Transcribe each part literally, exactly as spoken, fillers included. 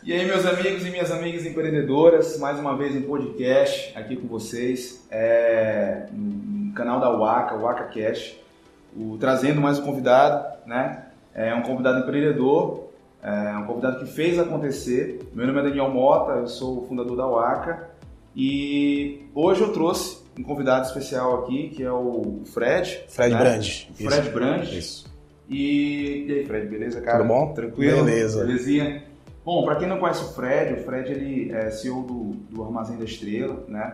E aí, meus amigos e minhas amigas empreendedoras, mais uma vez um podcast aqui com vocês, é, no canal da Waka, o WakaCast, o, trazendo mais um convidado, né? É um convidado empreendedor, é um convidado que fez acontecer. Meu nome é Daniel Mota, eu sou o fundador da Waka e hoje eu trouxe um convidado especial aqui, que é o Fred. Fred né? Brand. Fred Brand. Isso. E, e aí, Fred, beleza, cara? Tudo bom? Tranquilo? Beleza. Belezinha? Bom, para quem não conhece o Fred, o Fred ele é C E O do, do Armazém da Estrela, né?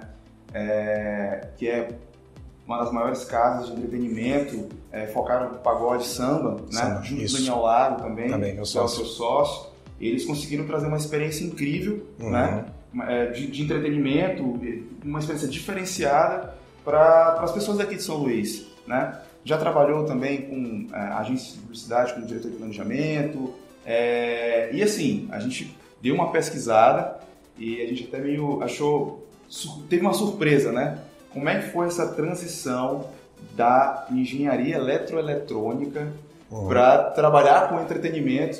É, que é uma das maiores casas de entretenimento, é, focado no pagode samba, Samba, né? Junto isso. com o Daniel Lago também, Também, meu que é o sócio. seu sócio. Eles conseguiram trazer uma experiência incrível, Uhum. né? De, de entretenimento, uma experiência diferenciada para as pessoas daqui de São Luís, né? Já trabalhou também com é, agências de publicidade, como diretor de planejamento, é, e assim, a gente deu uma pesquisada e a gente até meio achou, teve uma surpresa, né? Como é que foi essa transição da engenharia eletroeletrônica Uhum. para trabalhar com entretenimento,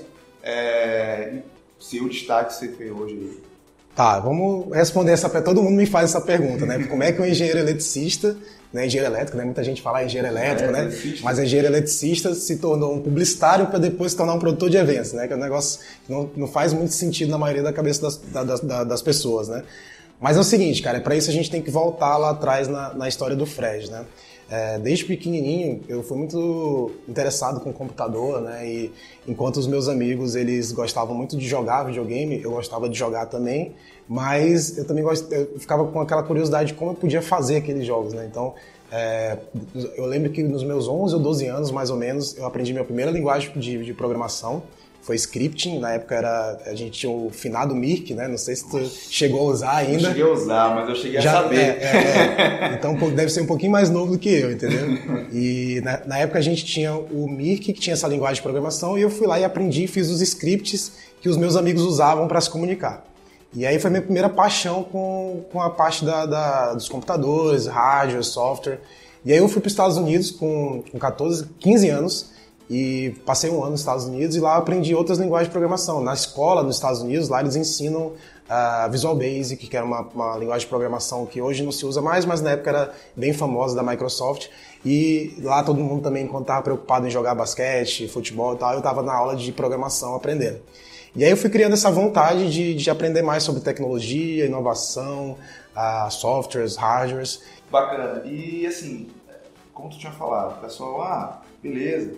é, e ser o destaque que você fez hoje aí? Tá, vamos responder essa pergunta. Todo mundo me faz essa pergunta, né? Como é que um engenheiro eletricista, né, engenheiro elétrico, né? Muita gente fala engenheiro elétrico, É, né? eletricista. Mas engenheiro eletricista se tornou um publicitário para depois se tornar um produtor de eventos, né? Que é um negócio que não, não faz muito sentido na maioria da cabeça das, das, das, das pessoas, né? Mas é o seguinte, cara, para isso a gente tem que voltar lá atrás na, na história do Fred, né? É, desde pequenininho eu fui muito interessado com computador, né? E enquanto os meus amigos eles gostavam muito de jogar videogame, eu gostava de jogar também, mas eu também gost... eu ficava com aquela curiosidade de como eu podia fazer aqueles jogos, né? Então é, eu lembro que nos meus onze ou doze anos, mais ou menos, eu aprendi minha primeira linguagem de, de programação. Foi scripting, na época era, a gente tinha o finado Mirk, né? Não sei se tu chegou a usar ainda. Não cheguei a usar, mas eu cheguei Já, a saber. É, é, é. Então pô, deve ser um pouquinho mais novo do que eu, entendeu? E na, na época a gente tinha o Mirk, que tinha essa linguagem de programação, e eu fui lá e aprendi e fiz os scripts que os meus amigos usavam para se comunicar. E aí foi minha primeira paixão com, com a parte da, da, dos computadores, hardware, software. E aí eu fui para os Estados Unidos com, com catorze, quinze anos, e passei um ano nos Estados Unidos e lá eu aprendi outras linguagens de programação. Na escola nos Estados Unidos, lá eles ensinam uh, Visual Basic, que era uma, uma linguagem de programação que hoje não se usa mais, mas na época era bem famosa, da Microsoft. E lá todo mundo também, enquanto estava preocupado em jogar basquete, futebol e tal, eu estava na aula de programação aprendendo. E aí eu fui criando essa vontade de, de aprender mais sobre tecnologia, inovação, uh, softwares, hardwares. Bacana. E assim, como tu tinha falado, o pessoal, ah, beleza,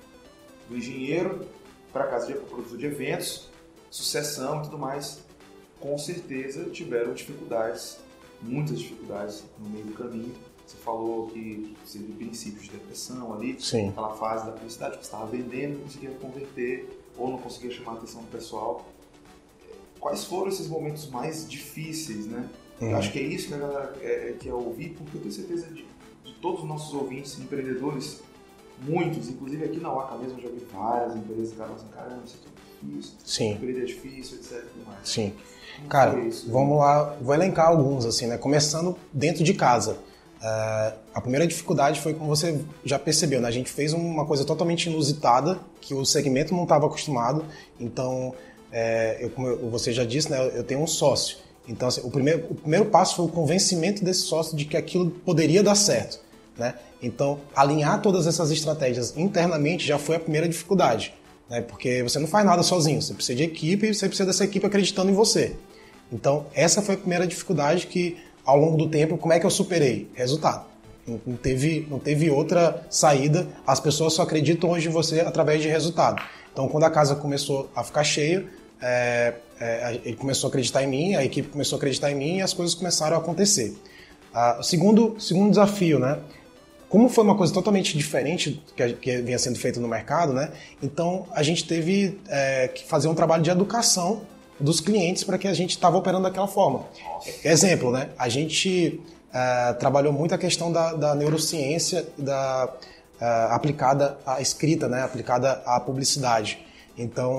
do engenheiro para casa de produtor de eventos, sucessão e tudo mais, com certeza tiveram dificuldades, muitas dificuldades no meio do caminho. Você falou que você teve princípios de depressão ali, Sim. aquela fase da publicidade que você estava vendendo, não conseguia converter ou não conseguia chamar a atenção do pessoal. Quais foram esses momentos mais difíceis, né? Uhum. Eu acho que é isso que a galera é, quer ouvir, porque eu tenho certeza de, de todos os nossos ouvintes, empreendedores, muitos, inclusive aqui na Waka mesmo, eu já vi várias empresas que falam assim, caramba, isso é tão difícil, Sim. empreender é difícil, etc. Tudo mais. Sim. Como Cara, foi isso? vamos lá, vou elencar alguns, assim, né? Começando dentro de casa. Uh, a primeira dificuldade foi, como você já percebeu, né? A gente fez uma coisa totalmente inusitada, que o segmento não estava acostumado. Então, é, eu, como eu, você já disse, né? Eu tenho um sócio. Então, assim, o, primeiro, o primeiro passo foi o convencimento desse sócio de que aquilo poderia dar certo, né? Então, alinhar todas essas estratégias internamente já foi a primeira dificuldade, né? Porque você não faz nada sozinho, você precisa de equipe e você precisa dessa equipe acreditando em você. Então, essa foi a primeira dificuldade que, ao longo do tempo, como é que eu superei? Resultado. Não teve, não teve outra saída, as pessoas só acreditam hoje em você através de resultado. Então, quando a casa começou a ficar cheia, é, é, ele começou a acreditar em mim, a equipe começou a acreditar em mim e as coisas começaram a acontecer. Ah, o segundo, segundo desafio, né? Como foi uma coisa totalmente diferente que, que vinha sendo feita no mercado, né? Então a gente teve é, que fazer um trabalho de educação dos clientes para que a gente estava operando daquela forma. Exemplo, né? A gente é, trabalhou muito a questão da, da neurociência da, é, aplicada à escrita, né? Aplicada à publicidade. Então,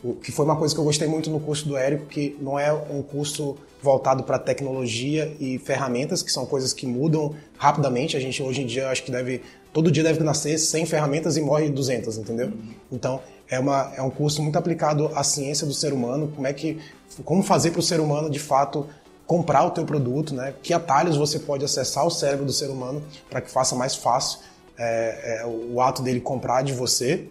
que foi uma coisa que eu gostei muito no curso do Érico, que não é um curso voltado para tecnologia e ferramentas, que são coisas que mudam rapidamente. A gente hoje em dia, acho que deve, todo dia deve nascer cem ferramentas e morre duzentas, entendeu? Então, é, uma, é um curso muito aplicado à ciência do ser humano, como é que, como fazer para o ser humano, de fato, comprar o teu produto, né? Que atalhos você pode acessar o cérebro do ser humano para que faça mais fácil é, é, o ato dele comprar de você.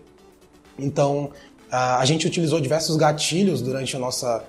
Então, a gente utilizou diversos gatilhos durante a nossa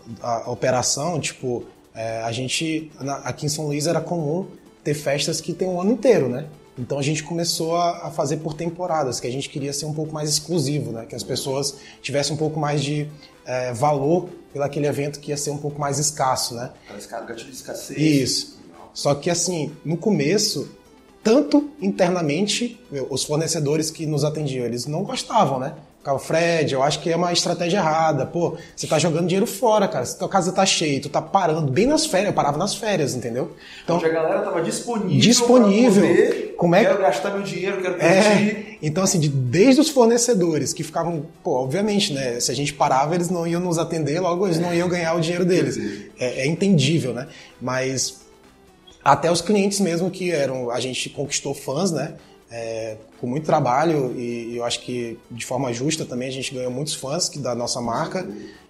a operação, tipo, é, a gente, na, aqui em São Luís era comum ter festas que tem um ano inteiro, né? Então a gente começou a, a fazer por temporadas, que a gente queria ser um pouco mais exclusivo, né? Que as pessoas tivessem um pouco mais de é, valor pelo aquele evento que ia ser um pouco mais escasso, né? Gatilho de escassez. Isso. Só que assim, no começo, tanto internamente, os fornecedores que nos atendiam, eles não gostavam, né? Ficava, Fred, eu acho que é uma estratégia errada. Pô, você tá jogando dinheiro fora, cara. Se tua casa tá cheia, tu tá parando bem nas férias. Eu parava nas férias, entendeu? Então, a galera tava disponível. Disponível. Pra poder, como é que... Quero gastar meu dinheiro, quero curtir. É, então, assim, de, desde os fornecedores que ficavam, pô, obviamente, né? Se a gente parava, eles não iam nos atender, logo eles não iam ganhar o dinheiro deles. É, é entendível, né? Mas até os clientes mesmo que eram, a gente conquistou fãs, né? É, com muito trabalho e, e eu acho que de forma justa também a gente ganhou muitos fãs que, da nossa marca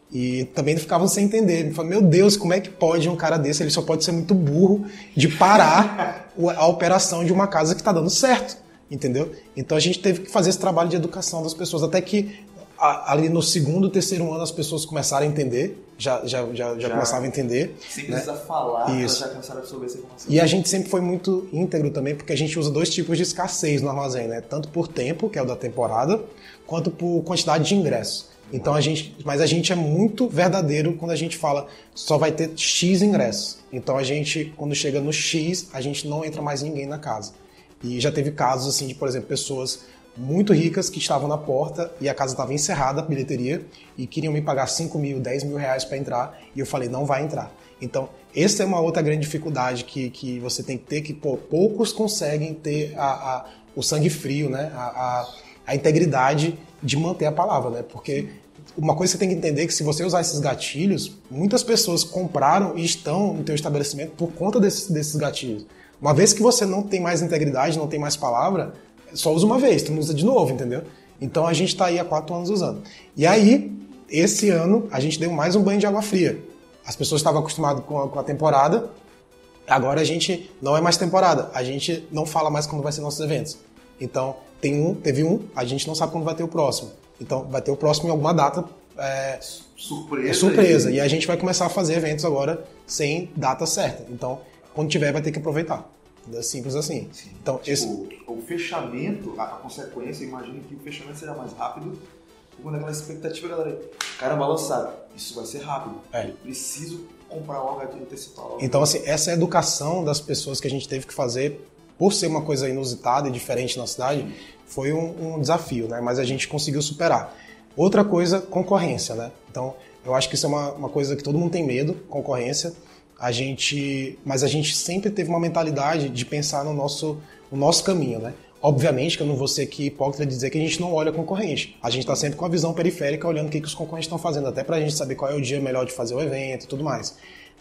e também ficavam sem entender. Falaram, meu Deus, como é que pode um cara desse, ele só pode ser muito burro de parar a operação de uma casa que está dando certo, entendeu? Então a gente teve que fazer esse trabalho de educação das pessoas, até que a, ali no segundo, terceiro ano as pessoas começaram a entender, já, já, já, já, já começavam a entender. Sem né? precisar falar, Isso. já começaram a absorver essa informação. E a gente sempre foi muito íntegro também, porque a gente usa dois tipos de escassez no armazém, né? Tanto por tempo, que é o da temporada, quanto por quantidade de ingressos. Então a gente, mas a gente é muito verdadeiro quando a gente fala só vai ter X ingressos. Então a gente, quando chega no X, a gente não entra mais ninguém na casa. E já teve casos assim de, por exemplo, pessoas muito ricas que estavam na porta e a casa estava encerrada, a bilheteria, e queriam me pagar cinco mil, dez mil reais para entrar, e eu falei, não vai entrar. Então, essa é uma outra grande dificuldade que, que você tem que ter, que pô, poucos conseguem ter a, a, o sangue frio, né? a, a, a integridade de manter a palavra, né? Porque uma coisa que você tem que entender é que se você usar esses gatilhos, muitas pessoas compraram e estão no teu estabelecimento por conta desses, desses gatilhos. Uma vez que você não tem mais integridade, não tem mais palavra, só usa uma vez, tu não usa de novo, entendeu? Então a gente está aí há quatro anos usando. E aí, esse ano, a gente deu mais um banho de água fria. As pessoas estavam acostumadas com a, com a temporada, agora a gente não é mais temporada, a gente não fala mais quando vai ser nossos eventos. Então, tem um, teve um, a gente não sabe quando vai ter o próximo. Então, vai ter o próximo em alguma data é, surpresa. É surpresa. E a gente vai começar a fazer eventos agora sem data certa. Então, quando tiver, vai ter que aproveitar. É simples assim. Sim. Então, tipo, esse... o fechamento, a, a consequência, eu imagino que o fechamento será mais rápido. Quando aquela expectativa, galera, caramba, lançaram, isso vai ser rápido. É. Eu preciso comprar logo aqui, antecipar logo. Então, assim, essa educação das pessoas que a gente teve que fazer, por ser uma coisa inusitada e diferente na cidade, foi um, um desafio, né? Mas a gente conseguiu superar. Outra coisa, concorrência, né? Então, eu acho que isso é uma, uma coisa que todo mundo tem medo, concorrência. A gente, mas a gente sempre teve uma mentalidade de pensar no nosso, no nosso caminho, né? Obviamente que eu não vou ser aqui hipócrita de dizer que a gente não olha concorrente. A gente está sempre com a visão periférica, olhando o que, que os concorrentes estão fazendo, até para a gente saber qual é o dia melhor de fazer o evento e tudo mais.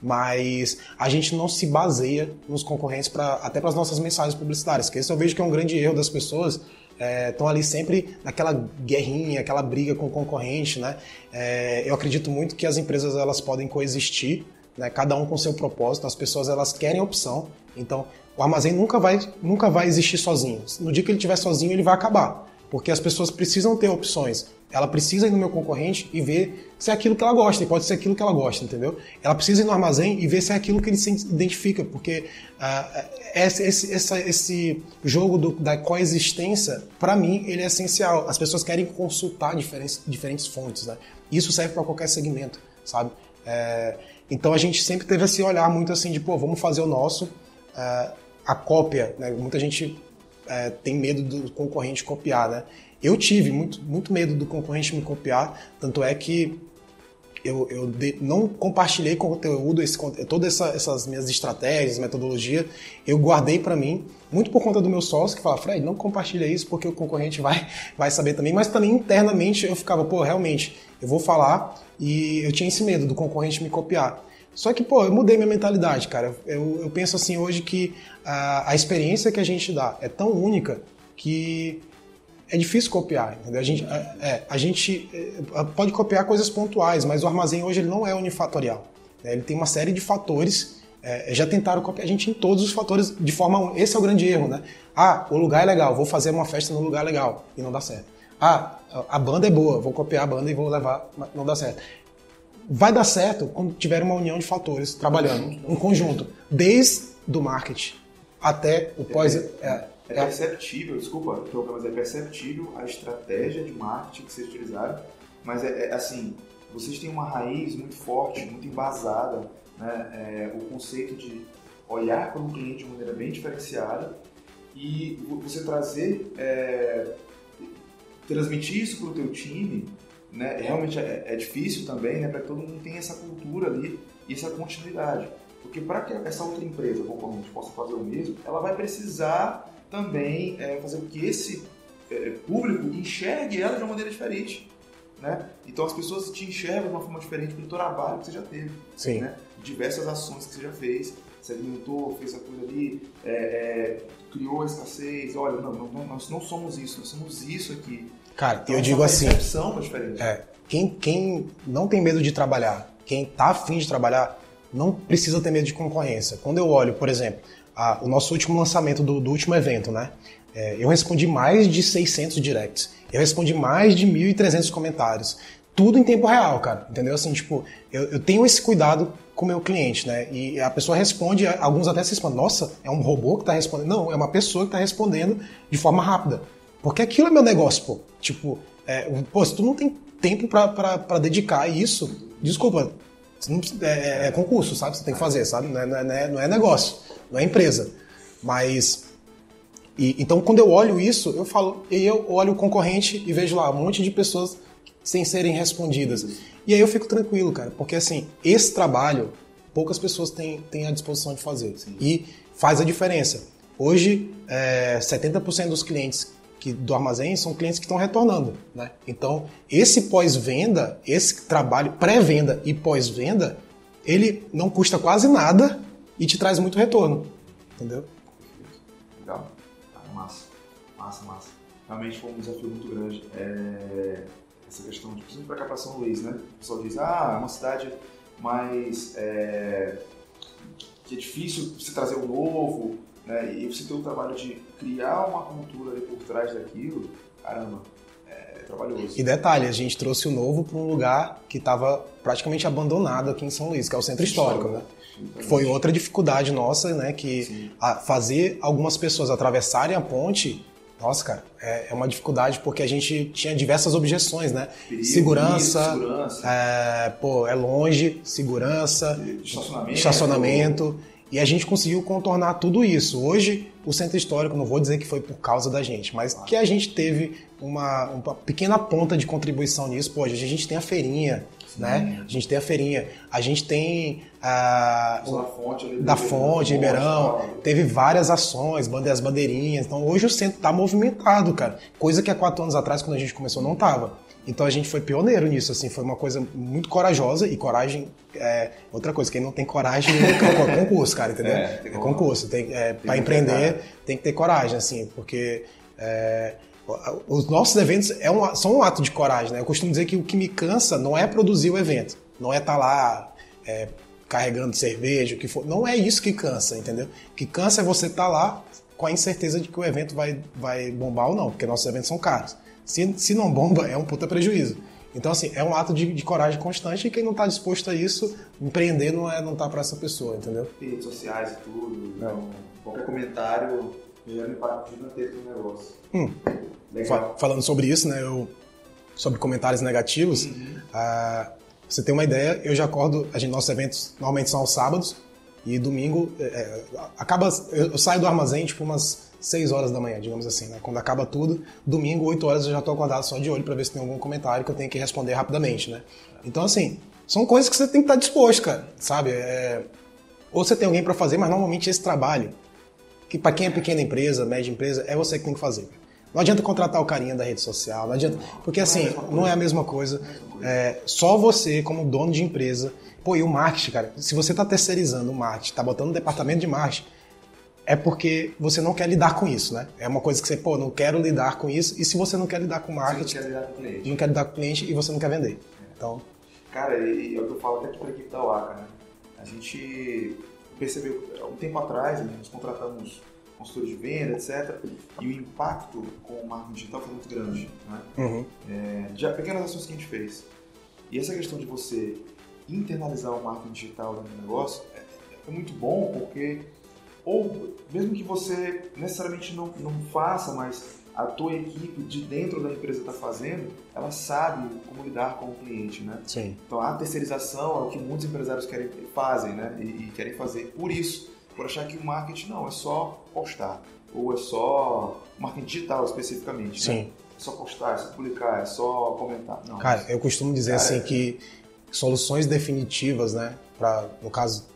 Mas a gente não se baseia nos concorrentes, pra, até para as nossas mensagens publicitárias, que esse eu vejo que é um grande erro das pessoas. Estão é, ali sempre naquela guerrinha, aquela briga com o concorrente, né? É, eu acredito muito que as empresas elas podem coexistir, né, cada um com seu propósito, as pessoas elas querem opção, então o armazém nunca vai, nunca vai existir sozinho. No dia que ele estiver sozinho, ele vai acabar, porque as pessoas precisam ter opções. Ela precisa ir no meu concorrente e ver se é aquilo que ela gosta, e pode ser aquilo que ela gosta, entendeu? Ela precisa ir no armazém e ver se é aquilo que ele se identifica, porque uh, esse, esse, esse, esse jogo do, da coexistência, para mim, ele é essencial. As pessoas querem consultar diferentes, diferentes fontes, né? Isso serve para qualquer segmento, sabe? É, então a gente sempre teve esse olhar muito assim de, pô, vamos fazer o nosso, é, a cópia, né? Muita gente é, tem medo do concorrente copiar, né? Eu tive muito, muito medo do concorrente me copiar, tanto é que eu, eu de, não compartilhei conteúdo, esse, todas essa, essas minhas estratégias, metodologia, eu guardei para mim, muito por conta do meu sócio, que fala, Fred, não compartilha isso porque o concorrente vai, vai saber também, mas também internamente eu ficava, pô, realmente, eu vou falar e eu tinha esse medo do concorrente me copiar. Só que, pô, eu mudei minha mentalidade, cara. Eu, eu penso assim hoje que a, a experiência que a gente dá é tão única que é difícil copiar, entendeu? A gente, é, a gente pode copiar coisas pontuais, mas o armazém hoje ele não é unifatorial, né? Ele tem uma série de fatores, é, já tentaram copiar a gente em todos os fatores de forma... Esse é o grande erro, né? Ah, o lugar é legal, vou fazer uma festa no lugar legal, e não dá certo. Ah, a banda é boa, vou copiar a banda e vou levar, não dá certo. Vai dar certo quando tiver uma união de fatores trabalhando, um conjunto, desde do marketing até o pós... É, é, é perceptível, desculpa, mas é perceptível a estratégia de marketing que vocês utilizaram, mas é, é assim, vocês têm uma raiz muito forte, muito embasada, né? É, o conceito de olhar para o cliente de maneira bem diferenciada e você trazer, é, transmitir isso para o teu time. Né? Realmente é, é difícil também, né? Para que todo mundo tenha essa cultura ali e essa continuidade. Porque para que essa outra empresa, concorrente, possa fazer o mesmo, ela vai precisar também é, fazer com que esse é, público enxergue ela de uma maneira diferente. Né? Então as pessoas te enxergam de uma forma diferente pelo trabalho que você já teve. Sim. Né? Diversas ações que você já fez, você alimentou, fez a coisa ali, é, é, criou a escassez. Olha, não, não, nós não somos isso, nós somos isso aqui. Cara, então, eu digo assim, é é, quem, quem não tem medo de trabalhar, quem tá afim de trabalhar, não precisa ter medo de concorrência. Quando eu olho, por exemplo, a, o nosso último lançamento do, do último evento, né? É, eu respondi mais de seiscentos directs, eu respondi mais de mil e trezentos comentários, tudo em tempo real, cara, entendeu? Assim, tipo, eu, eu tenho esse cuidado com o meu cliente, né? E a pessoa responde, alguns até se respondem, nossa, é um robô que tá respondendo? Não, é uma pessoa que tá respondendo de forma rápida. Porque aquilo é meu negócio, pô. Tipo, é, pô, se tu não tem tempo pra, pra, pra dedicar a isso, desculpa, não, é, é concurso, sabe? Você tem que fazer, sabe? Não é, não é, não é negócio, não é empresa. Mas, e, então quando eu olho isso, eu falo, eu olho o concorrente e vejo lá um monte de pessoas sem serem respondidas. E aí eu fico tranquilo, cara, porque assim, esse trabalho, poucas pessoas têm, têm a disposição de fazer. Sim. E faz a diferença. Hoje, é, setenta por cento dos clientes que, do armazém são clientes que estão retornando, né? Então, esse pós-venda, esse trabalho pré-venda e pós-venda, ele não custa quase nada e te traz muito retorno, entendeu? Legal. Ah, massa. Massa, massa. Realmente foi um desafio muito grande. É... Essa questão de, principalmente para a captação Luiz, né? O pessoal diz, ah, é uma cidade mais... É... que é difícil você trazer o novo, né? E você ter o trabalho de criar uma cultura ali por trás daquilo, caramba, é trabalhoso. E detalhe, a gente trouxe o novo para um lugar que estava praticamente abandonado aqui em São Luís, que é o Centro Histórico, né? Foi outra dificuldade nossa, né? Que a fazer algumas pessoas atravessarem a ponte, nossa, cara, é, é uma dificuldade porque a gente tinha diversas objeções, né? Perigo, segurança, isso, segurança. É, pô, é longe, segurança, estacionamento. estacionamento. E a gente conseguiu contornar tudo isso. Hoje, o Centro Histórico, não vou dizer que foi por causa da gente, mas que a gente teve uma, uma pequena ponta de contribuição nisso. Pô, hoje a gente tem a feirinha, sim, né? A gente tem a feirinha. A gente tem a... Da fonte, ali, da fonte, Ribeirão. Teve várias ações, as bandeirinhas. Então, hoje o centro está movimentado, cara. Coisa que há quatro anos atrás, quando a gente começou, não estava. Então a gente foi pioneiro nisso, assim, foi uma coisa muito corajosa e coragem é outra coisa, quem não tem coragem é concurso, cara, entendeu? É, é concurso, tem, é, para empreender tem que ter coragem, assim, porque é, os nossos eventos é um, são um ato de coragem, né? Eu costumo dizer que o que me cansa não é produzir o evento, não é estar lá é, carregando cerveja, o que for, não é isso que cansa, entendeu? O que cansa é você estar lá com a incerteza de que o evento vai, vai bombar ou não, porque nossos eventos são caros. Se, se não bomba, é um puta prejuízo. Então, assim, é um ato de, de coragem constante e quem não está disposto a isso, empreender não é não tá para essa pessoa, entendeu? Redes sociais e tudo, então, qualquer comentário gera um impacto gigantesco no negócio. Hum. Legal. Falando sobre isso, né, eu, sobre comentários negativos, uhum. uh, você tem uma ideia, eu já acordo, a gente, nossos eventos normalmente são aos sábados e domingo, é, acaba, eu, eu saio do armazém tipo umas seis horas da manhã, digamos assim, né? Quando acaba tudo, domingo, oito horas, eu já estou acordado só de olho para ver se tem algum comentário que eu tenho que responder rapidamente, né? Então, assim, São coisas que você tem que estar disposto, cara, sabe? É... Ou você tem alguém para fazer, mas normalmente esse trabalho, que para quem é pequena empresa, média empresa, é você que tem que fazer. Não adianta contratar o carinha da rede social, não adianta, porque assim, não é a mesma coisa. É, só você, como dono de empresa, pô, e o marketing, cara, se você está terceirizando o marketing, está botando um departamento de marketing, é porque você não quer lidar com isso, né? É uma coisa que você, pô, não quero lidar com isso, e se você não quer lidar com marketing, você não quer lidar com o cliente, não quer lidar com o cliente e você não quer vender. Então... Cara, e é o que eu falo até para a equipe da Waka, né? A gente percebeu, há um tempo atrás, né, nós contratamos consultores de venda, etcétera. E o impacto com o marketing digital foi muito grande, né? Uhum. É, já pequenas ações que a gente fez. E essa questão de você internalizar o marketing digital dentro do negócio é, é muito bom, porque, ou mesmo que você necessariamente não, não faça, mas a tua equipe de dentro da empresa está fazendo, ela sabe como lidar com o cliente, né? Sim. Então a terceirização é o que muitos empresários querem, fazem, né? E, e querem fazer por isso, por achar que o marketing não, é só postar, ou é só marketing digital especificamente, Sim. Né? É só postar, é só publicar, é só comentar. Não, cara, mas, eu costumo dizer cara, assim é... que soluções definitivas, né? Pra, no caso,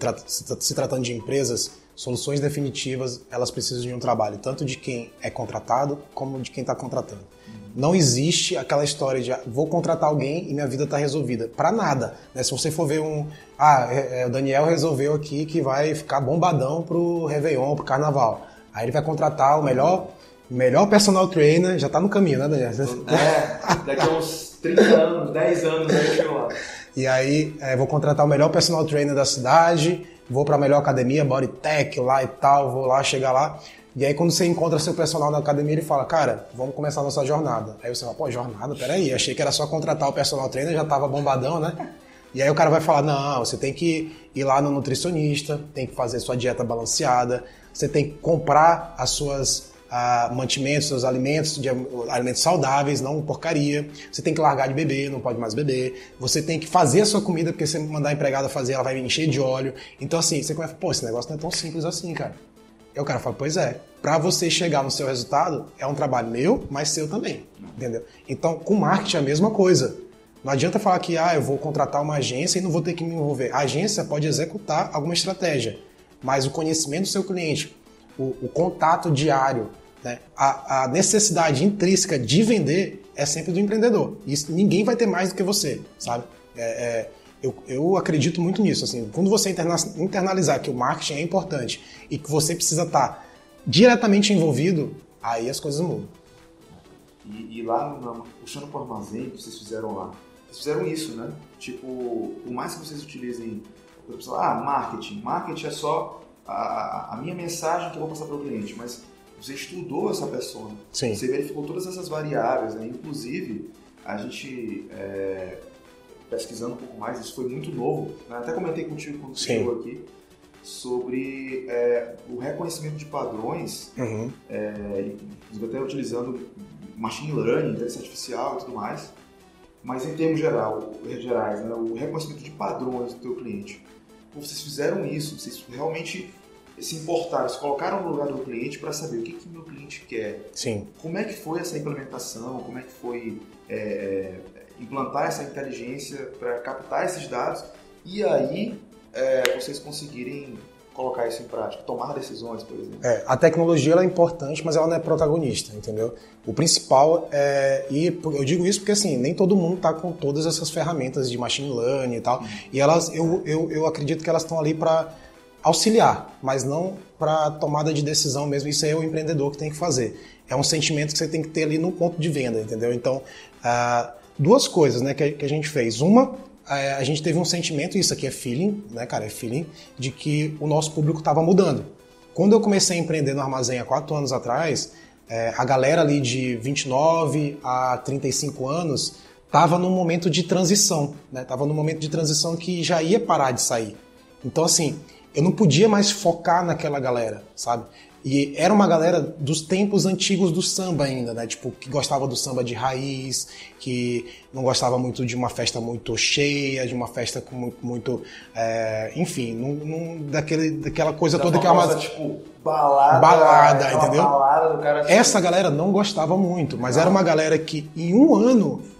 se tratando de empresas, soluções definitivas, elas precisam de um trabalho, tanto de quem é contratado, como de quem está contratando. Uhum. Não existe aquela história de, ah, vou contratar alguém e minha vida está resolvida. Para nada. Né? Se você for ver um... Ah, é, é, o Daniel resolveu aqui que vai ficar bombadão pro Réveillon, pro Carnaval. Aí ele vai contratar o melhor, melhor personal trainer, já está no caminho, né, Daniel? É, daqui a uns trinta anos, dez anos, aí eu chego lá. E aí, é, vou contratar o melhor personal trainer da cidade, vou para a melhor academia, Bodytech lá e tal, vou lá, chegar lá. E aí, quando você encontra seu personal na academia, ele fala, cara, vamos começar a nossa jornada. Aí você fala, pô, jornada? Peraí, achei que era só contratar o personal trainer, já tava bombadão, né? E aí o cara vai falar, não, você tem que ir lá no nutricionista, tem que fazer sua dieta balanceada, você tem que comprar as suas... Uh, mantimentos, seus alimentos, de, alimentos saudáveis, não porcaria. Você tem que largar de beber, não pode mais beber. Você tem que fazer a sua comida, porque se você mandar a empregada fazer, ela vai encher de óleo. Então assim, você começa, pô, esse negócio não é tão simples assim, cara. E o cara fala, pois é, pra você chegar no seu resultado, é um trabalho meu, mas seu também, entendeu? Então, com marketing é a mesma coisa. Não adianta falar que, ah, eu vou contratar uma agência e não vou ter que me envolver. A agência pode executar alguma estratégia, mas o conhecimento do seu cliente, o, o contato diário, né? A, a necessidade intrínseca de vender é sempre do empreendedor. Isso ninguém vai ter mais do que você, sabe? É, é, eu, eu acredito muito nisso. Assim, quando você interna, internalizar que o marketing é importante e que você precisa estar diretamente envolvido, aí as coisas mudam. E, e lá, no, puxando para o armazém que vocês fizeram lá, vocês fizeram isso, né? Tipo, por mais que vocês utilizem, ah, marketing. Marketing é só a, a minha mensagem que eu vou passar para o cliente, mas você estudou essa persona, Sim. Você verificou todas essas variáveis, né? Inclusive, a gente, é, pesquisando um pouco mais, isso foi muito novo, né? Até comentei contigo quando você chegou aqui, sobre é, o reconhecimento de padrões, uhum. é, até utilizando machine learning, inteligência artificial e tudo mais, mas em termos geral, gerais, né? O reconhecimento de padrões do teu cliente. Vocês fizeram isso, vocês realmente... se importaram, se colocaram no lugar do cliente para saber o que que meu cliente quer. Sim. Como é que foi essa implementação, como é que foi é, implantar essa inteligência para captar esses dados e aí é, vocês conseguirem colocar isso em prática, tomar decisões, por exemplo. É, a tecnologia ela é importante, mas ela não é protagonista, entendeu? O principal é... E eu digo isso porque, assim, nem todo mundo está com todas essas ferramentas de machine learning e tal. Uhum. E elas, eu, eu, eu acredito que elas estão ali para auxiliar, mas não para tomada de decisão mesmo. Isso aí é o empreendedor que tem que fazer. É um sentimento que você tem que ter ali no ponto de venda, entendeu? Então, uh, duas coisas, né, que, que a gente fez. Uma, uh, a gente teve um sentimento, isso aqui é feeling, né, cara, é feeling, de que o nosso público estava mudando. Quando eu comecei a empreender no armazém há quatro anos atrás, uh, a galera ali de vinte e nove a trinta e cinco anos estava num momento de transição, né? Estava num momento de transição que já ia parar de sair. Então, assim, eu não podia mais focar naquela galera, sabe? E era uma galera dos tempos antigos do samba ainda, né? Tipo, que gostava do samba de raiz, que não gostava muito de uma festa muito cheia, de uma festa com muito... muito é, enfim, num, num, daquele, daquela coisa da toda que é uma... tipo, balada... Balada, é, entendeu? Balada do cara... Essa galera não gostava muito, mas era uma galera que em um ano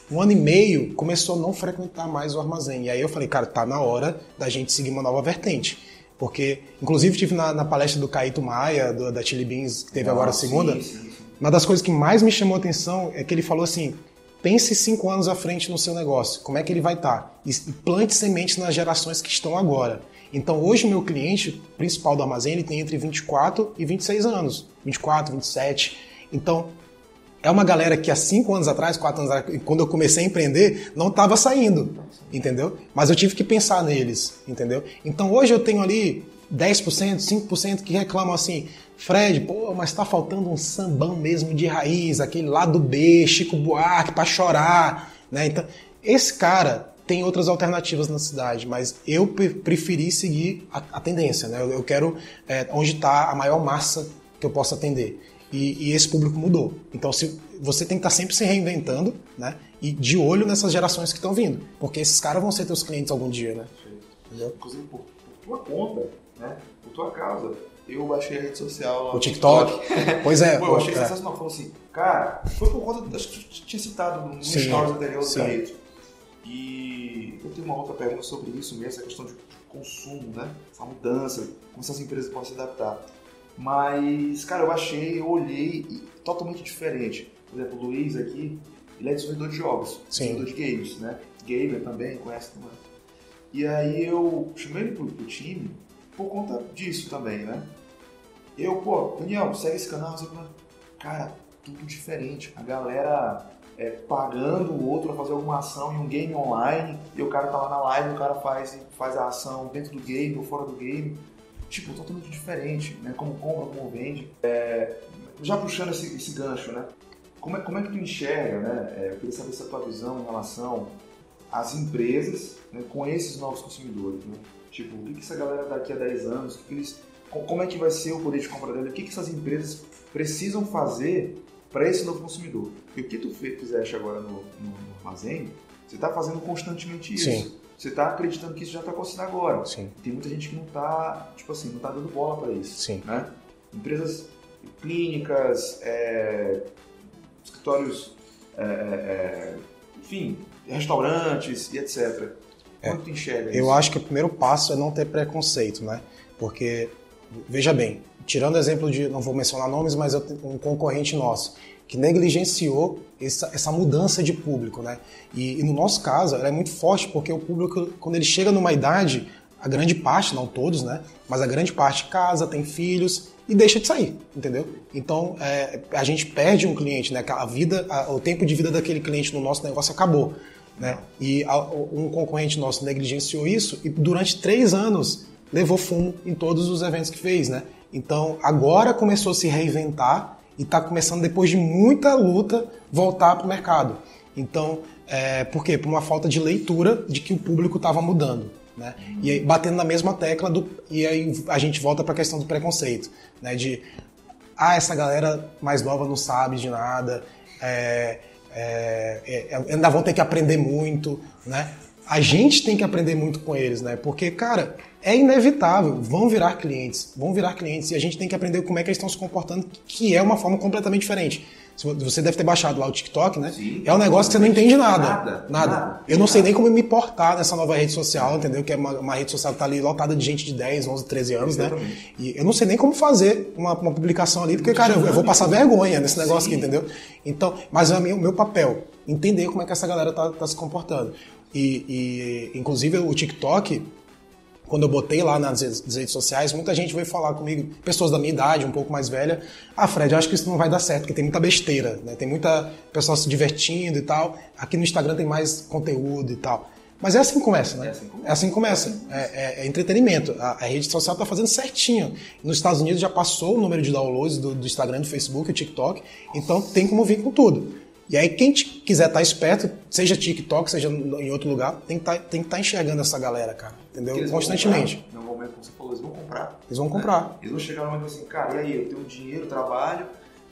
um ano e meio, começou a não frequentar mais o armazém. E aí eu falei, cara, tá na hora da gente seguir uma nova vertente. Porque, inclusive, tive na, na palestra do Caíto Maia, do, da Chili Beans, que teve ah, agora a segunda. Sim, sim, sim. Uma das coisas que mais me chamou a atenção é que ele falou assim, pense cinco anos à frente no seu negócio, como é que ele vai estar? E plante sementes nas gerações que estão agora. Então, hoje, o meu cliente principal do armazém, ele tem entre vinte e quatro e vinte e seis anos. vinte e quatro, vinte e sete. Então, é uma galera que há cinco anos atrás, quatro anos atrás, quando eu comecei a empreender, não estava saindo, entendeu? Mas eu tive que pensar neles, entendeu? Então, hoje eu tenho ali dez por cento, cinco por cento que reclamam assim, Fred, pô, mas tá faltando um sambão mesmo de raiz, aquele lado B, Chico Buarque, pra chorar, né? Então, esse cara tem outras alternativas na cidade, mas eu preferi seguir a, a tendência, né? Eu, eu quero é, onde está a maior massa que eu possa atender. E, e esse público mudou. Então, se, você tem que estar sempre se reinventando, né? E de olho nessas gerações que estão vindo. Porque esses caras vão ser teus clientes algum dia, né? Entendeu? Inclusive, por, por tua conta, né? Por tua causa, eu baixei a rede social. O TikTok? TikTok. Pois é. Pô, eu achei é. sensacional. Falou assim, cara, foi por conta, acho que tu tinha citado no stories anterior do Caíto. E eu tenho uma outra pergunta sobre isso mesmo, essa questão de consumo, né? Essa mudança, como essas empresas podem se adaptar. Mas, cara, eu achei, eu olhei e totalmente diferente. Por exemplo, o Luiz aqui, ele é desenvolvedor de jogos, desenvolvedor de games, né? Gamer também, conhece também. E aí eu chamei ele pro, pro time por conta disso também, né? Eu, pô, Daniel, segue esse canal, você fala, cara, tudo diferente. A galera é, pagando o outro a fazer alguma ação em um game online, e o cara tá lá na live, o cara faz, faz a ação dentro do game ou fora do game. Tipo, totalmente diferente, né? Como compra, como vende. É, já puxando esse, esse gancho, né? Como é, como é que tu enxerga, né? É, eu queria saber essa tua visão em relação às empresas, né, com esses novos consumidores, né? Tipo, o que, que essa galera daqui a dez anos, que que eles, como é que vai ser o poder de compra dele, o que, que essas empresas precisam fazer para esse novo consumidor? Porque o que tu fizeste agora no, no, no armazém, você está fazendo constantemente isso. Sim. Você está acreditando que isso já está acontecendo agora. Sim. Tem muita gente que não está, tipo assim, não está dando bola para isso. Sim. Né? Empresas clínicas, é, escritórios, é, é, enfim, restaurantes e etcétera. Como é, tu enxerga isso? Eu acho que o primeiro passo é não ter preconceito, né? Porque, veja bem, tirando o exemplo de, não vou mencionar nomes, mas um concorrente nosso, que negligenciou essa, essa mudança de público, né? E, e no nosso caso, ela é muito forte porque o público, quando ele chega numa idade, a grande parte, não todos, né? Mas a grande parte casa, tem filhos e deixa de sair, entendeu? Então, é, a gente perde um cliente, né? A vida, a, o tempo de vida daquele cliente no nosso negócio acabou, né? E a, um concorrente nosso negligenciou isso e durante três anos levou fumo em todos os eventos que fez, né? Então, agora começou a se reinventar e está começando, depois de muita luta, voltar para o mercado. Então, é, por quê? Por uma falta de leitura de que o público estava mudando, né? E aí, batendo na mesma tecla, do, e aí a gente volta para a questão do preconceito, né? De, ah, essa galera mais nova não sabe de nada, é, é, é, ainda vão ter que aprender muito, né? A gente tem que aprender muito com eles, né? Porque, cara, é inevitável, vão virar clientes, vão virar clientes e a gente tem que aprender como é que eles estão se comportando, que é uma forma completamente diferente. Você deve ter baixado lá o TikTok, né? Sim, é um negócio que você não entende nada. Nada. Nada. nada Eu não sei nem como me portar nessa nova rede social, entendeu? Que é uma, uma rede social que tá ali lotada de gente de dez, onze, treze anos, exatamente, né? E eu não sei nem como fazer uma, uma publicação ali, porque, cara, eu, eu vou passar vergonha nesse negócio Sim. aqui, entendeu? Então, mas é o meu, meu papel, entender como é que essa galera tá, tá se comportando. E, e, inclusive, o TikTok, quando eu botei lá nas redes sociais, muita gente veio falar comigo, pessoas da minha idade, um pouco mais velha, ah, Fred, eu acho que isso não vai dar certo, porque tem muita besteira, né? Tem muita pessoa se divertindo e tal. Aqui no Instagram tem mais conteúdo e tal. Mas é assim que começa, né? É assim que começa. É, assim que começa. É, é, é entretenimento. A, a rede social está fazendo certinho. Nos Estados Unidos já passou o número de downloads do, do Instagram, do Facebook, do TikTok, então tem como vir com tudo. E aí quem quiser estar esperto, seja TikTok, seja em outro lugar, tem que tá, estar enxergando essa galera, cara, entendeu? Constantemente. No momento que você falou, eles vão comprar. Eles vão comprar. Né? Eles vão chegar no momento assim, cara, e aí, eu tenho dinheiro, trabalho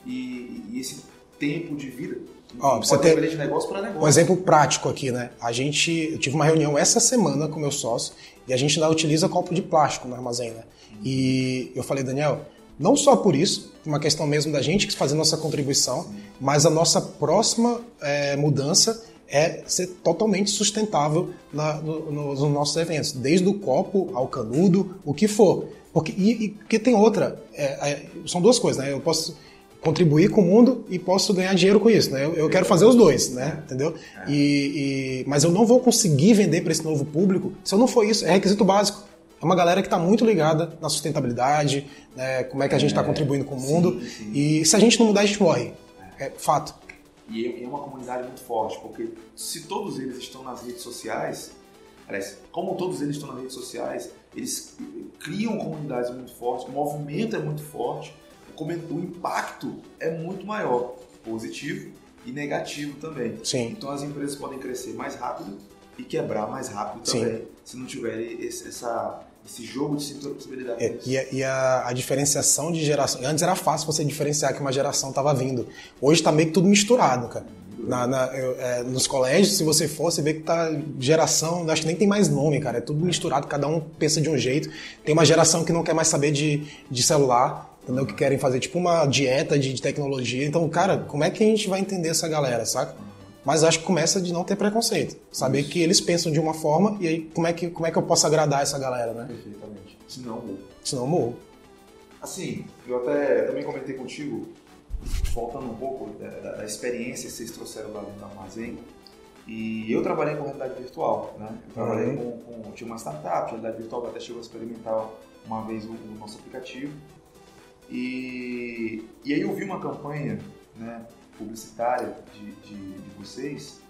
e, e esse tempo de vida. Ó, você ter de negócio para negócio. Um exemplo prático aqui, né? A gente, eu tive uma reunião essa semana com meu sócio e a gente ainda utiliza copo de plástico no armazém, né? Hum. E eu falei, Daniel, não só por isso, uma questão mesmo da gente fazer nossa contribuição, Sim. mas a nossa próxima é, mudança é ser totalmente sustentável na, no, no, nos nossos eventos, desde o copo ao canudo, o que for. Porque, e, e porque tem outra, é, é, são duas coisas, né? Eu posso contribuir com o mundo e posso ganhar dinheiro com isso, né? Eu, eu quero fazer os dois, né? Entendeu? E, e, mas eu não vou conseguir vender para esse novo público se eu não for isso. É requisito básico. É uma galera que está muito ligada na sustentabilidade, né? Como é que a gente está é, contribuindo com o mundo. Sim, sim. E se a gente não mudar, a gente morre. É fato. E é uma comunidade muito forte, porque se todos eles estão nas redes sociais, aliás, como todos eles estão nas redes sociais, eles criam comunidades muito fortes, o movimento é muito forte, o impacto é muito maior, positivo e negativo também. Sim. Então as empresas podem crescer mais rápido e quebrar mais rápido também, Sim. se não tiverem esse, essa, esse jogo de possibilidades. É, e a, e a, a diferenciação de geração... Antes era fácil você diferenciar que uma geração estava vindo. Hoje está meio que tudo misturado, cara. Na, na, eu, é, nos colégios, se você for, você vê que tá geração, acho que nem tem mais nome, cara, é tudo misturado, cada um pensa de um jeito. Tem uma geração que não quer mais saber de, de celular, entendeu? Que querem fazer tipo uma dieta de, de tecnologia. Então, cara, como é que a gente vai entender essa galera, saca? Mas acho que começa de não ter preconceito, saber Isso. que eles pensam de uma forma e aí como é que, como é que eu posso agradar essa galera, né? Perfeitamente. Se não, morro. Se não, morro. Assim, eu até também comentei contigo, voltando um pouco da, da experiência que vocês trouxeram lá dentro do armazém, e eu trabalhei com realidade virtual, né? Eu trabalhei uhum. com, com, tinha uma startup, realidade virtual, até chegou a experimentar uma vez o, o nosso aplicativo, e, e aí eu vi uma campanha, né, publicitária de, de, de vocês,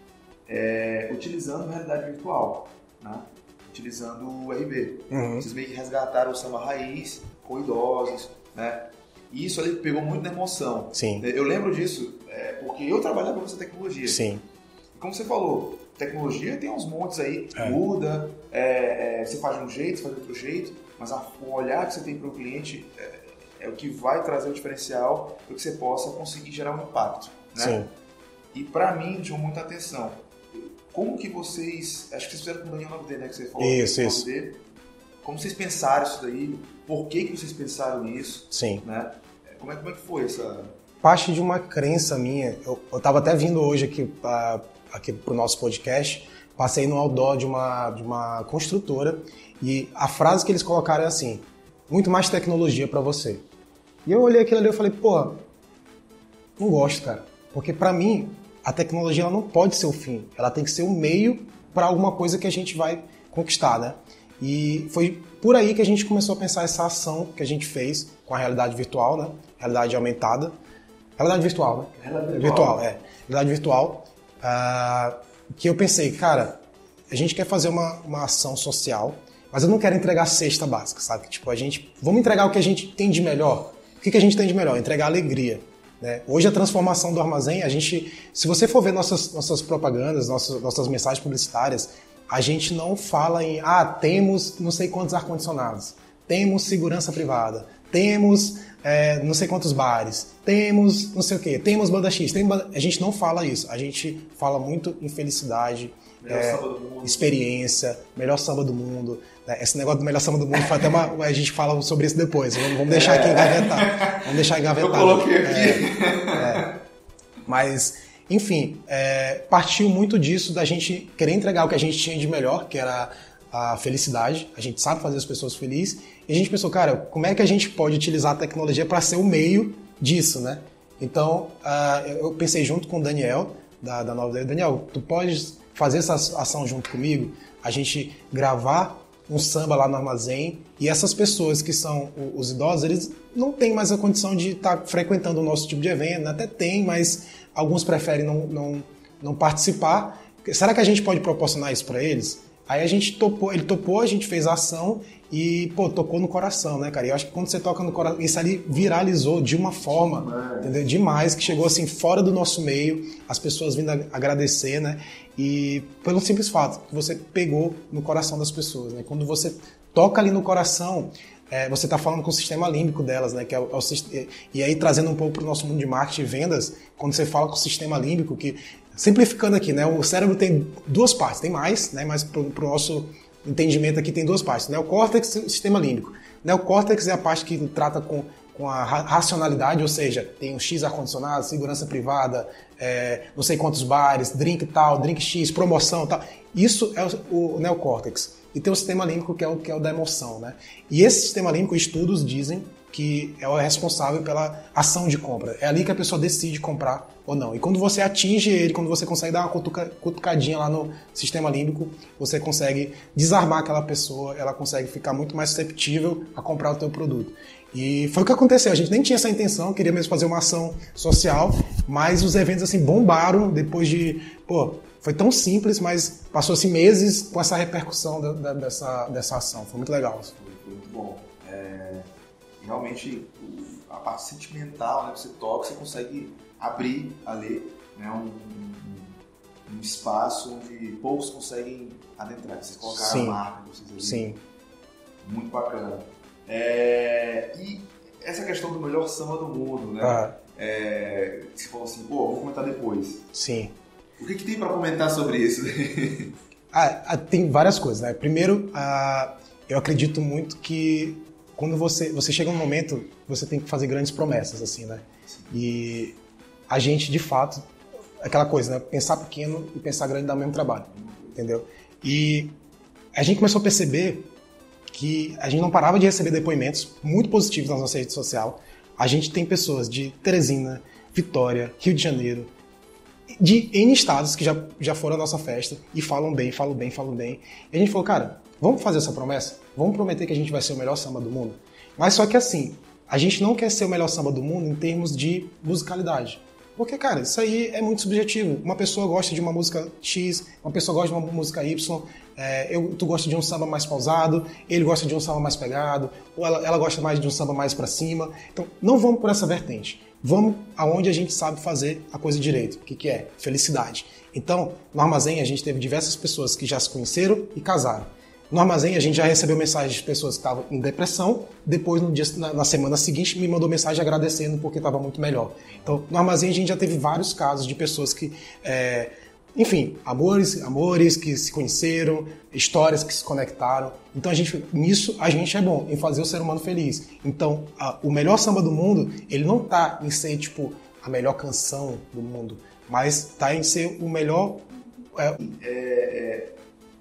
é, utilizando realidade virtual, né? Utilizando o R B. Uhum. Vocês meio que resgataram o samba raiz com idosos, né? E isso ali pegou muito na emoção. Sim. Eu lembro disso é, porque eu trabalhava com essa tecnologia. Sim. E como você falou, tecnologia tem uns montes aí, é. muda, é, é, você faz de um jeito, você faz de outro jeito, mas a, o olhar que você tem para o cliente é, é o que vai trazer o diferencial para que você possa conseguir gerar um impacto, né? Sim. E para mim, chamou muita atenção. Como que vocês... Acho que vocês fizeram com o Daniel nove D, né? Que você falou. Isso, isso. nove D. Como vocês pensaram isso daí? Por que que vocês pensaram nisso? Sim. Né? Como é, como é que foi essa... Parte de uma crença minha. Eu, eu tava até vindo hoje aqui, uh, aqui pro nosso podcast, passei no outdoor de uma, de uma construtora e a frase que eles colocaram é assim: muito mais tecnologia para você. E eu olhei aquilo ali e falei, pô, não gosto, cara. Porque para mim, a tecnologia ela não pode ser o fim. Ela tem que ser o meio para alguma coisa que a gente vai conquistar, né? E foi por aí que a gente começou a pensar essa ação que a gente fez com a realidade virtual, né? Realidade aumentada. Realidade virtual, né? Realidade virtual. virtual, é. Realidade virtual. Uh, que eu pensei, cara, a gente quer fazer uma, uma ação social, mas eu não quero entregar a cesta básica, sabe? Tipo, a gente... Vamos entregar o que a gente tem de melhor. O que, que a gente tem de melhor? Entregar alegria. Né? Hoje a transformação do armazém, a gente... Se você for ver nossas, nossas propagandas, nossas, nossas mensagens publicitárias, a gente não fala em, ah, temos não sei quantos ar-condicionados, temos segurança privada, temos é, não sei quantos bares, temos não sei o quê, temos banda X, tem banda... a gente não fala isso, a gente fala muito em felicidade, é, experiência, melhor samba do mundo. Né? Esse negócio do melhor samba do mundo, foi até uma... a gente fala sobre isso depois, vamos, vamos deixar aqui engavetado. Vamos deixar engavetado. Eu coloquei aqui. É, é. Mas... Enfim, é, partiu muito disso da gente querer entregar o que a gente tinha de melhor, que era a felicidade. A gente sabe fazer as pessoas felizes. E a gente pensou, cara, como é que a gente pode utilizar a tecnologia para ser o meio disso, né? Então, uh, eu pensei junto com o Daniel, da, da nove D. Daniel, tu podes fazer essa ação junto comigo? A gente gravar um samba lá no armazém e essas pessoas que são os idosos, eles não têm mais a condição de estar tá frequentando o nosso tipo de evento, né? Até tem, mas alguns preferem não, não, não participar. Será que a gente pode proporcionar isso para eles? Aí a gente topou, ele topou, a gente fez a ação e, pô, tocou no coração, né, cara? E eu acho que quando você toca no coração, isso ali viralizou de uma forma, demais. Entendeu? Demais, que chegou assim fora do nosso meio, as pessoas vindo agradecer, né? E pelo simples fato que você pegou no coração das pessoas, né? Quando você toca ali no coração, é, você está falando com o sistema límbico delas, né? Que é o, é o, e aí, trazendo um pouco para o nosso mundo de marketing e vendas, quando você fala com o sistema límbico, que, simplificando aqui, né? O cérebro tem duas partes, tem mais, né? Mas para o nosso entendimento aqui tem duas partes, né? O córtex e o sistema límbico. Né? O córtex é a parte que trata com, com a racionalidade, ou seja, tem um X ar-condicionado, segurança privada, é, não sei quantos bares, drink tal, drink X, promoção tal. Isso é o, o neocórtex. E tem o sistema límbico, que é o, que é o da emoção, né? E esse sistema límbico, estudos dizem que é o responsável pela ação de compra. É ali que a pessoa decide comprar ou não. E quando você atinge ele, quando você consegue dar uma cutuca, cutucadinha lá no sistema límbico, você consegue desarmar aquela pessoa, ela consegue ficar muito mais susceptível a comprar o teu produto. E foi o que aconteceu. A gente nem tinha essa intenção, queria mesmo fazer uma ação social, mas os eventos assim bombaram depois de... Pô, foi tão simples, mas passou-se meses com essa repercussão da, da, dessa, dessa ação. Foi muito legal. Foi, foi muito bom. É, realmente, a parte sentimental, né, que você toca, você consegue abrir ali, né, um, um, um espaço onde poucos conseguem adentrar. Vocês colocaram Sim. a marca de vocês ali. Sim. Muito bacana. É, e essa questão do melhor samba do mundo, né? Ah. É, você falou assim, pô, vou comentar depois. Sim. O que, que tem para comentar sobre isso? ah, tem várias coisas, né? Primeiro, ah, eu acredito muito que quando você, você chega num momento, você tem que fazer grandes promessas, assim, né? Sim. E a gente, de fato, aquela coisa, né? Pensar pequeno e pensar grande dá o mesmo trabalho, entendeu? E a gente começou a perceber que a gente não parava de receber depoimentos muito positivos nas nossas redes sociais. A gente tem pessoas de Teresina, Vitória, Rio de Janeiro, de N estados que já, já foram à nossa festa e falam bem, falam bem, falam bem. E a gente falou, cara, vamos fazer essa promessa? Vamos prometer que a gente vai ser o melhor samba do mundo? Mas só que assim, a gente não quer ser o melhor samba do mundo em termos de musicalidade. Porque, cara, isso aí é muito subjetivo. Uma pessoa gosta de uma música X, uma pessoa gosta de uma música Y, é, eu, tu gosta de um samba mais pausado, ele gosta de um samba mais pegado, ou ela, ela gosta mais de um samba mais pra cima. Então, não vamos por essa vertente. Vamos aonde a gente sabe fazer a coisa direito. O que, que é? Felicidade. Então, no Armazém, a gente teve diversas pessoas que já se conheceram e casaram. No Armazém, a gente já recebeu mensagens de pessoas que estavam em depressão, depois, no dia, na, na semana seguinte, me mandou mensagem agradecendo porque estava muito melhor. Então, no Armazém, a gente já teve vários casos de pessoas que, é, enfim, amores, amores que se conheceram, histórias que se conectaram. Então, a gente, nisso, a gente é bom, em fazer o ser humano feliz. Então, a, o melhor samba do mundo, ele não está em ser, tipo, a melhor canção do mundo, mas está em ser o melhor... É, é, é...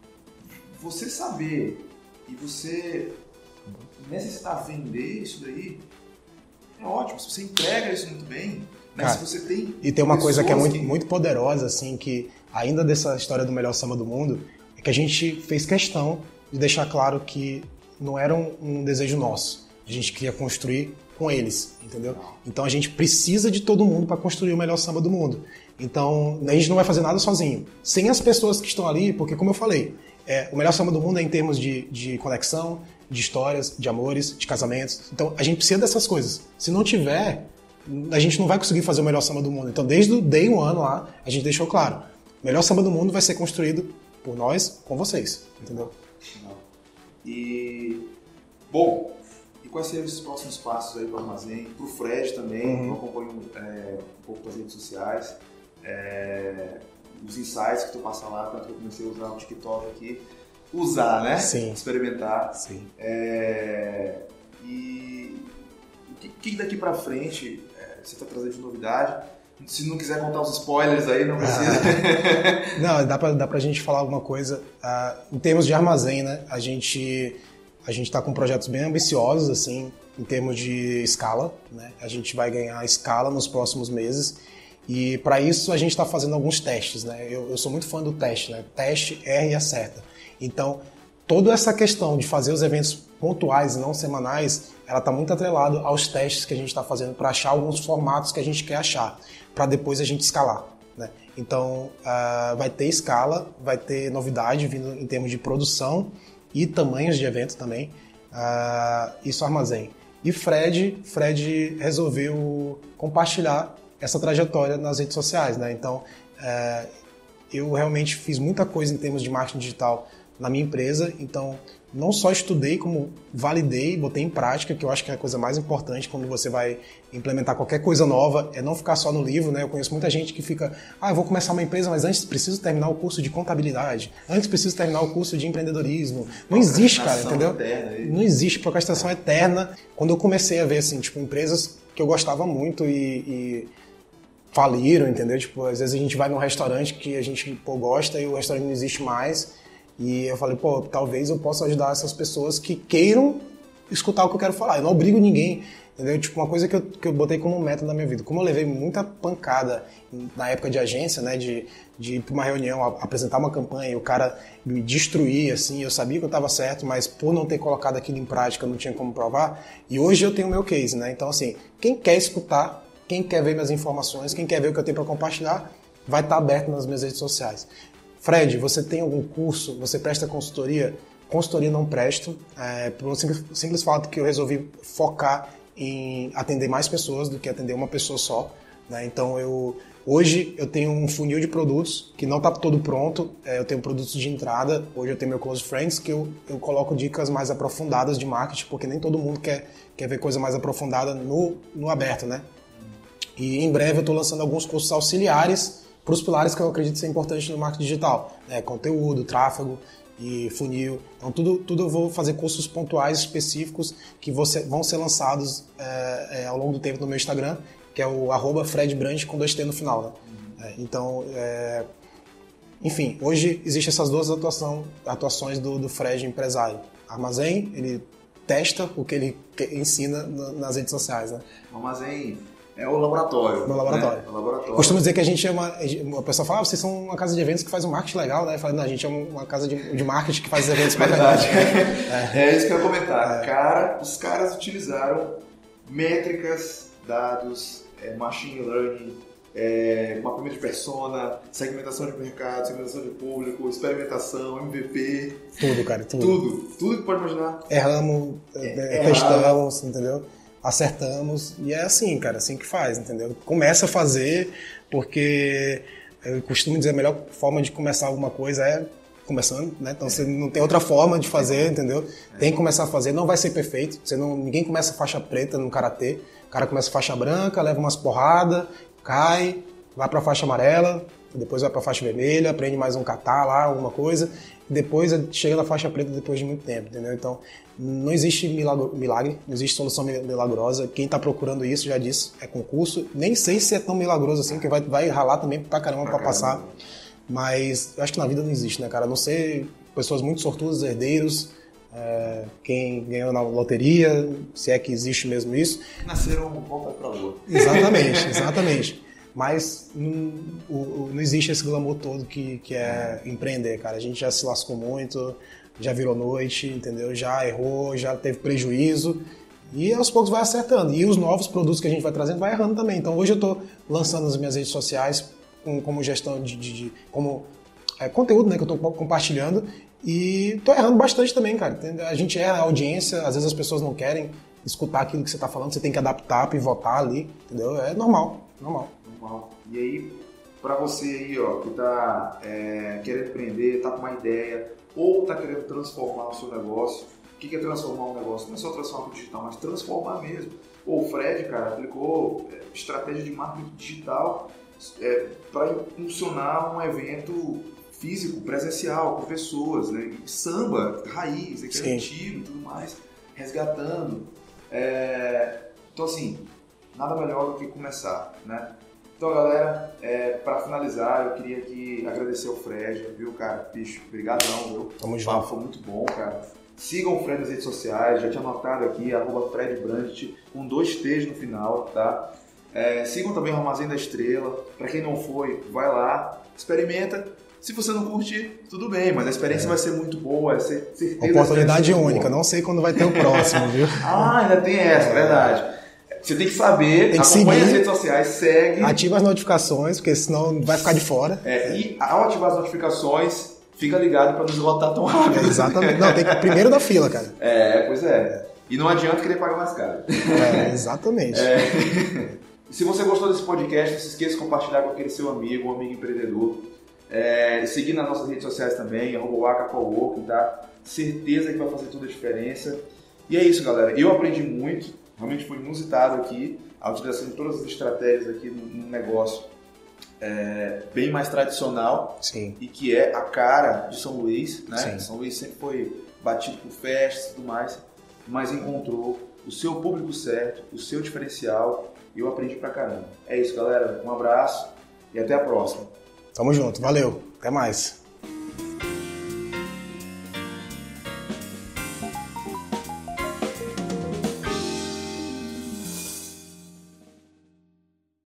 Você saber e você necessitar vender isso daí é ótimo. Se você entrega isso muito bem, né? Cara, se você tem e tem uma coisa que é muito, que... muito poderosa, assim, que ainda dessa história do melhor samba do mundo, é que a gente fez questão de deixar claro que não era um, um desejo nosso. A gente queria construir com eles, entendeu? Então a gente precisa de todo mundo para construir o melhor samba do mundo. Então a gente não vai fazer nada sozinho. Sem as pessoas que estão ali, porque como eu falei, É, o melhor samba do mundo é em termos de, de conexão, de histórias, de amores, de casamentos. Então, a gente precisa dessas coisas. Se não tiver, a gente não vai conseguir fazer o melhor samba do mundo. Então, desde o day one lá, a gente deixou claro. O melhor samba do mundo vai ser construído por nós, com vocês. Entendeu? E, bom, e quais seriam os próximos passos aí para o Armazém? Para o Fred também, uhum. Eu acompanho é, um pouco das redes sociais. É... os insights que tu passa lá, tanto que eu comecei a usar o TikTok aqui, usar, né? Sim. Experimentar. Sim. É... E o que, que daqui pra frente é, você tá trazendo de novidade? Se não quiser contar os spoilers aí, não precisa. Ah. Não, dá pra, dá pra gente falar alguma coisa. Ah, em termos de Armazém, né? A gente, a gente tá com projetos bem ambiciosos, assim, em termos de escala, né? A gente vai ganhar escala nos próximos meses. E para isso a gente está fazendo alguns testes, né? Eu, eu sou muito fã do teste, né? Teste, erra e acerta. Então, toda essa questão de fazer os eventos pontuais e não semanais, ela está muito atrelada aos testes que a gente está fazendo para achar alguns formatos que a gente quer achar, para depois a gente escalar, né? Então, uh, vai ter escala, vai ter novidade vindo em termos de produção e tamanhos de evento também. Uh, isso Armazém. E Fred, Fred resolveu compartilhar essa trajetória nas redes sociais, né? Então, é, eu realmente fiz muita coisa em termos de marketing digital na minha empresa. Então, não só estudei, como validei, botei em prática, que eu acho que é a coisa mais importante quando você vai implementar qualquer coisa nova, é não ficar só no livro, né? Eu conheço muita gente que fica, ah, eu vou começar uma empresa, mas antes preciso terminar o curso de contabilidade, antes preciso terminar o curso de empreendedorismo. Não existe, cara, entendeu? Eterna. Não existe procrastinação eterna. Quando eu comecei a ver, assim, tipo, empresas que eu gostava muito e... e faliram, entendeu? Tipo, às vezes a gente vai num restaurante que a gente, pô, gosta e o restaurante não existe mais. E eu falei, pô, talvez eu possa ajudar essas pessoas que queiram escutar o que eu quero falar. Eu não obrigo ninguém, entendeu? Tipo, uma coisa que eu, que eu botei como meta na minha vida. Como eu levei muita pancada na época de agência, né? De, de ir pra uma reunião, apresentar uma campanha e o cara me destruir, assim. Eu sabia que eu tava certo, mas por não ter colocado aquilo em prática, não tinha como provar. E hoje eu tenho o meu case, né? Então, assim, quem quer escutar, quem quer ver minhas informações, quem quer ver o que eu tenho para compartilhar, vai estar aberto nas minhas redes sociais. Fred, você tem algum curso? Você presta consultoria? Consultoria não presto, é, por um simples, simples fato que eu resolvi focar em atender mais pessoas do que atender uma pessoa só. Né? Então, eu, hoje eu tenho um funil de produtos que não está todo pronto. É, eu tenho produtos de entrada. Hoje eu tenho meu Close Friends, que eu, eu coloco dicas mais aprofundadas de marketing, porque nem todo mundo quer, quer ver coisa mais aprofundada no, no aberto, né? E em breve eu estou lançando alguns cursos auxiliares para os pilares que eu acredito ser importantes no marketing digital. Né? Conteúdo, tráfego e funil. Então tudo, tudo eu vou fazer cursos pontuais específicos que você, vão ser lançados é, é, ao longo do tempo no meu Instagram, que é o arroba fredbrand com dois T no final. Né? Uhum. É, então, é, enfim, hoje existem essas duas atuação, atuações do, do Fred empresário. Armazém, ele testa o que ele ensina nas redes sociais. Né? Armazém... É o laboratório. No laboratório. Né? O laboratório. Costumo dizer que a gente é uma... A pessoa fala, ah, vocês são uma casa de eventos que faz um marketing legal, né? Eu falo, não, a gente é uma casa de, de marketing que faz eventos bacanas. É. é isso que eu ia comentar. É. Cara, os caras utilizaram métricas, dados, é, machine learning, é, mapeamento de persona, segmentação de mercado, segmentação de público, experimentação, M V P. Tudo, cara, tudo. Tudo. Tudo que pode imaginar. Erramos, é, testamos, entendeu? Acertamos, e é assim, cara, assim que faz, entendeu? Começa a fazer, porque eu costumo dizer a melhor forma de começar alguma coisa é começando, né? Então você não tem outra forma de fazer, entendeu? Tem que começar a fazer, não vai ser perfeito, você não, ninguém começa faixa preta no karatê, o cara começa faixa branca, leva umas porradas, cai, vai pra faixa amarela, depois vai pra faixa vermelha, aprende mais um kata lá, alguma coisa, e depois chega na faixa preta depois de muito tempo, entendeu? Então, não existe milagre, milagre, não existe solução milagrosa. Quem está procurando isso, já disse, é concurso. Nem sei se é tão milagroso assim, porque vai, vai ralar também pra caramba pra, pra passar. Mas eu acho que na vida não existe, né, cara? A não ser pessoas muito sortudas, herdeiros, é, quem ganhou na loteria, se é que existe mesmo isso. Nasceram volta pra lua. Exatamente, exatamente. Mas não, o, não existe esse glamour todo que, que é empreender, cara. A gente já se lascou muito, já virou noite, entendeu? Já errou, já teve prejuízo e aos poucos vai acertando. E os novos produtos que a gente vai trazendo vai errando também. Então hoje eu estou lançando nas minhas redes sociais com, como gestão de, de, de como é, conteúdo, né, que eu estou compartilhando e estou errando bastante também, cara. Entendeu? A gente erra a audiência, às vezes as pessoas não querem escutar aquilo que você está falando, você tem que adaptar, pivotar ali, entendeu? É normal, normal. Normal. E aí, para você aí, ó, que está é, querendo empreender, está com uma ideia ou está querendo transformar o seu negócio. O que é transformar um negócio? Não é só transformar para o digital, mas transformar mesmo. Pô, o Fred, cara, aplicou estratégia de marketing digital é, para impulsionar um evento físico, presencial, com pessoas, né? Samba, raiz, é antigo e tudo mais, resgatando. É... Então, assim, nada melhor do que começar, né? Então, galera, é, para finalizar, eu queria aqui agradecer ao Fred, viu, cara? Bicho, brigadão, viu? Tamo junto. Foi muito bom, cara. Sigam o Fred nas redes sociais, já tinha anotado aqui, arroba fredbrand, com dois T's no final, tá? É, sigam também o Armazém da Estrela. Para quem não foi, vai lá, experimenta. Se você não curtir, tudo bem, mas a experiência é. vai ser muito boa, é certeza. Oportunidade única, não sei quando vai ter o próximo, viu? Ah, ainda tem essa, é verdade. Você tem que saber, tem que acompanha seguir, as redes sociais, segue. Ativa as notificações, porque senão vai ficar de fora. É, e ao ativar as notificações, fica ligado para não esgotar tão rápido. É, exatamente. Não, tem que ir primeiro da fila, cara. É, pois é. E não adianta querer pagar mais caro. É, exatamente. É. Se você gostou desse podcast, não se esqueça de compartilhar com aquele seu amigo, um amigo empreendedor. É, seguir nas nossas redes sociais também, arroba Waka Coworking, tá? Certeza que vai fazer toda a diferença. E é isso, galera. Eu aprendi muito, realmente foi inusitado aqui, a utilização de todas as estratégias aqui no, no negócio é, bem mais tradicional. Sim. E que é a cara de São Luís, né? Sim. São Luís sempre foi batido por festas e tudo mais, mas encontrou o seu público certo, o seu diferencial, e eu aprendi pra caramba. É isso, galera. Um abraço e até a próxima. Tamo junto. Valeu. Até mais.